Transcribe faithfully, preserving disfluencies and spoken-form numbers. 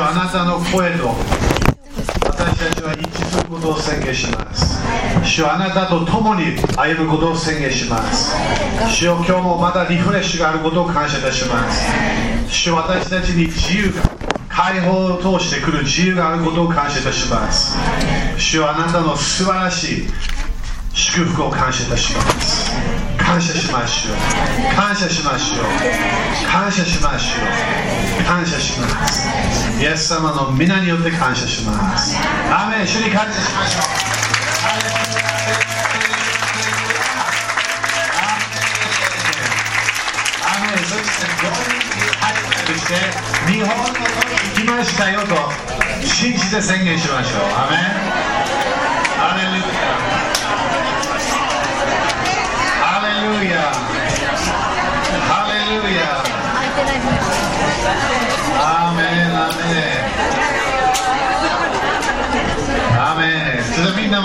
主あなたの声と私たちは一致することを宣言します。主あなたと共に歩むことを宣言します。主よ、今日もまだリフレッシュがあることを感謝いたします。主よ、私たちに自由が、解放を通してくる自由があることを感謝いたします。主よ、あなたの素晴らしい祝福を感謝いたします。感謝しましょう。感謝しましょう。感謝しましょう。感謝します。イエス様の皆によって感謝します。アーメン。主に感謝しましょう。アーメン。そしてごにんに入ったりして日本の国に来ましたよと信じて宣言しましょう。アーメン。ハレルヤ。Hallelujah. Hallelujah. Amen. Amen. Amen.